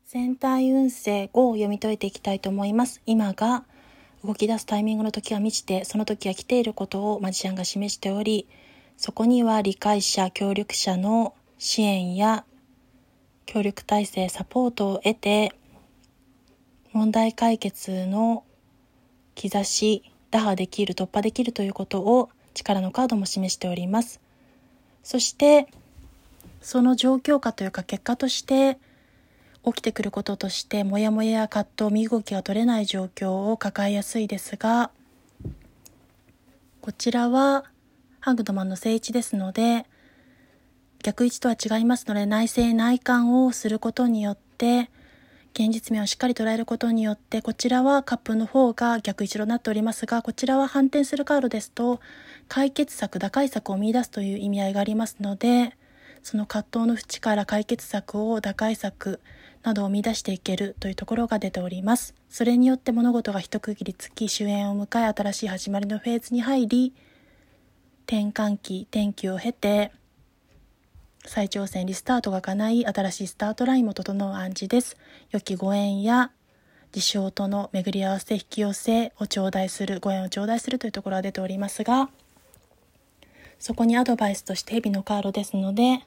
全体運勢5を読み解いていきたいと思います。今が動き出すタイミングの時が満ちて、その時が来ていることをマジシャンが示しており、そこには理解者、協力者の支援や協力体制、サポートを得て、問題解決の兆し、打破できる、突破できるということを力のカードも示しております。そしてその状況下というか結果として起きてくることとして、モヤモヤや葛藤、身動きが取れない状況を抱えやすいですが、こちらはハングドマンの正位置ですので、逆位置とは違いますので、内省内観をすることによって現実面をしっかり捉えることによって、こちらはカップの方が逆位置となっておりますが、こちらは反転するカードですと解決策、打開策を見出すという意味合いがありますので、その葛藤の淵から解決策を、打開策などを見出していけるというところが出ております。それによって物事が一区切りつき、終焉を迎え、新しい始まりのフェーズに入り、転換期、転機を経て再挑戦、リスタートが叶い、新しいスタートラインも整う暗示です。良きご縁や事象との巡り合わせ、引き寄せを頂戴する、ご縁を頂戴するというところが出ておりますが、そこにアドバイスとして蛇のカードですので、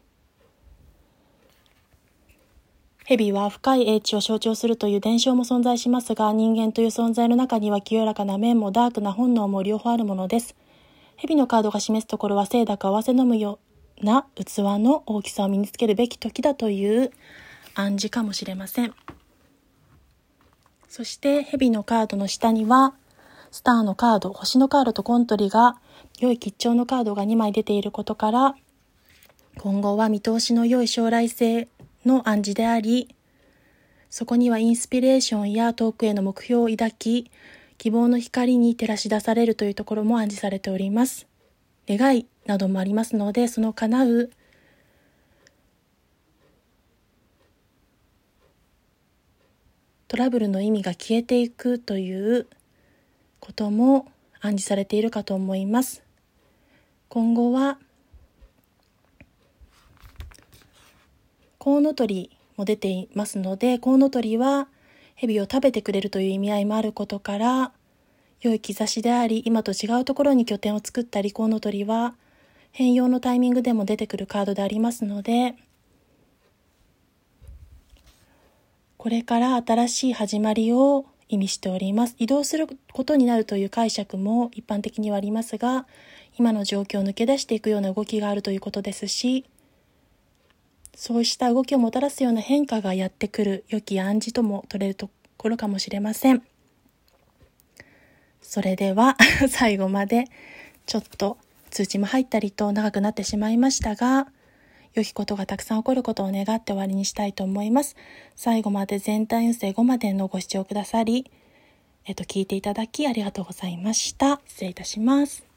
蛇は深い英知を象徴するという伝承も存在しますが、人間という存在の中には清らかな面もダークな本能も両方あるものです。蛇のカードが示すところは、清濁合わせ飲むような器の大きさを身につけるべき時だという暗示かもしれません。そして蛇のカードの下にはスターのカード、星のカードとコントリが、良い吉兆のカードが2枚出ていることから、今後は見通しの良い将来性の暗示であり、そこにはインスピレーションや遠くへの目標を抱き、希望の光に照らし出されるというところも暗示されております。願いなどもありますので、その叶うトラブルの意味が消えていくということも暗示されているかと思います。今後はコウノトリも出ていますので、コウノトリは蛇を食べてくれるという意味合いもあることから、良い兆しであり、今と違うところに拠点を作ったり、コウノトリは変容のタイミングでも出てくるカードでありますので、これから新しい始まりを意味しております。移動することになるという解釈も一般的にはありますが、今の状況を抜け出していくような動きがあるということですし、そうした動きをもたらすような変化がやってくる良き暗示とも取れるところかもしれません。それでは最後までちょっと通知も入ったりと長くなってしまいましたが、良きことがたくさん起こることを願って終わりにしたいと思います。最後まで全体運勢5までのご視聴くださり、聞いていただきありがとうございました。失礼いたします。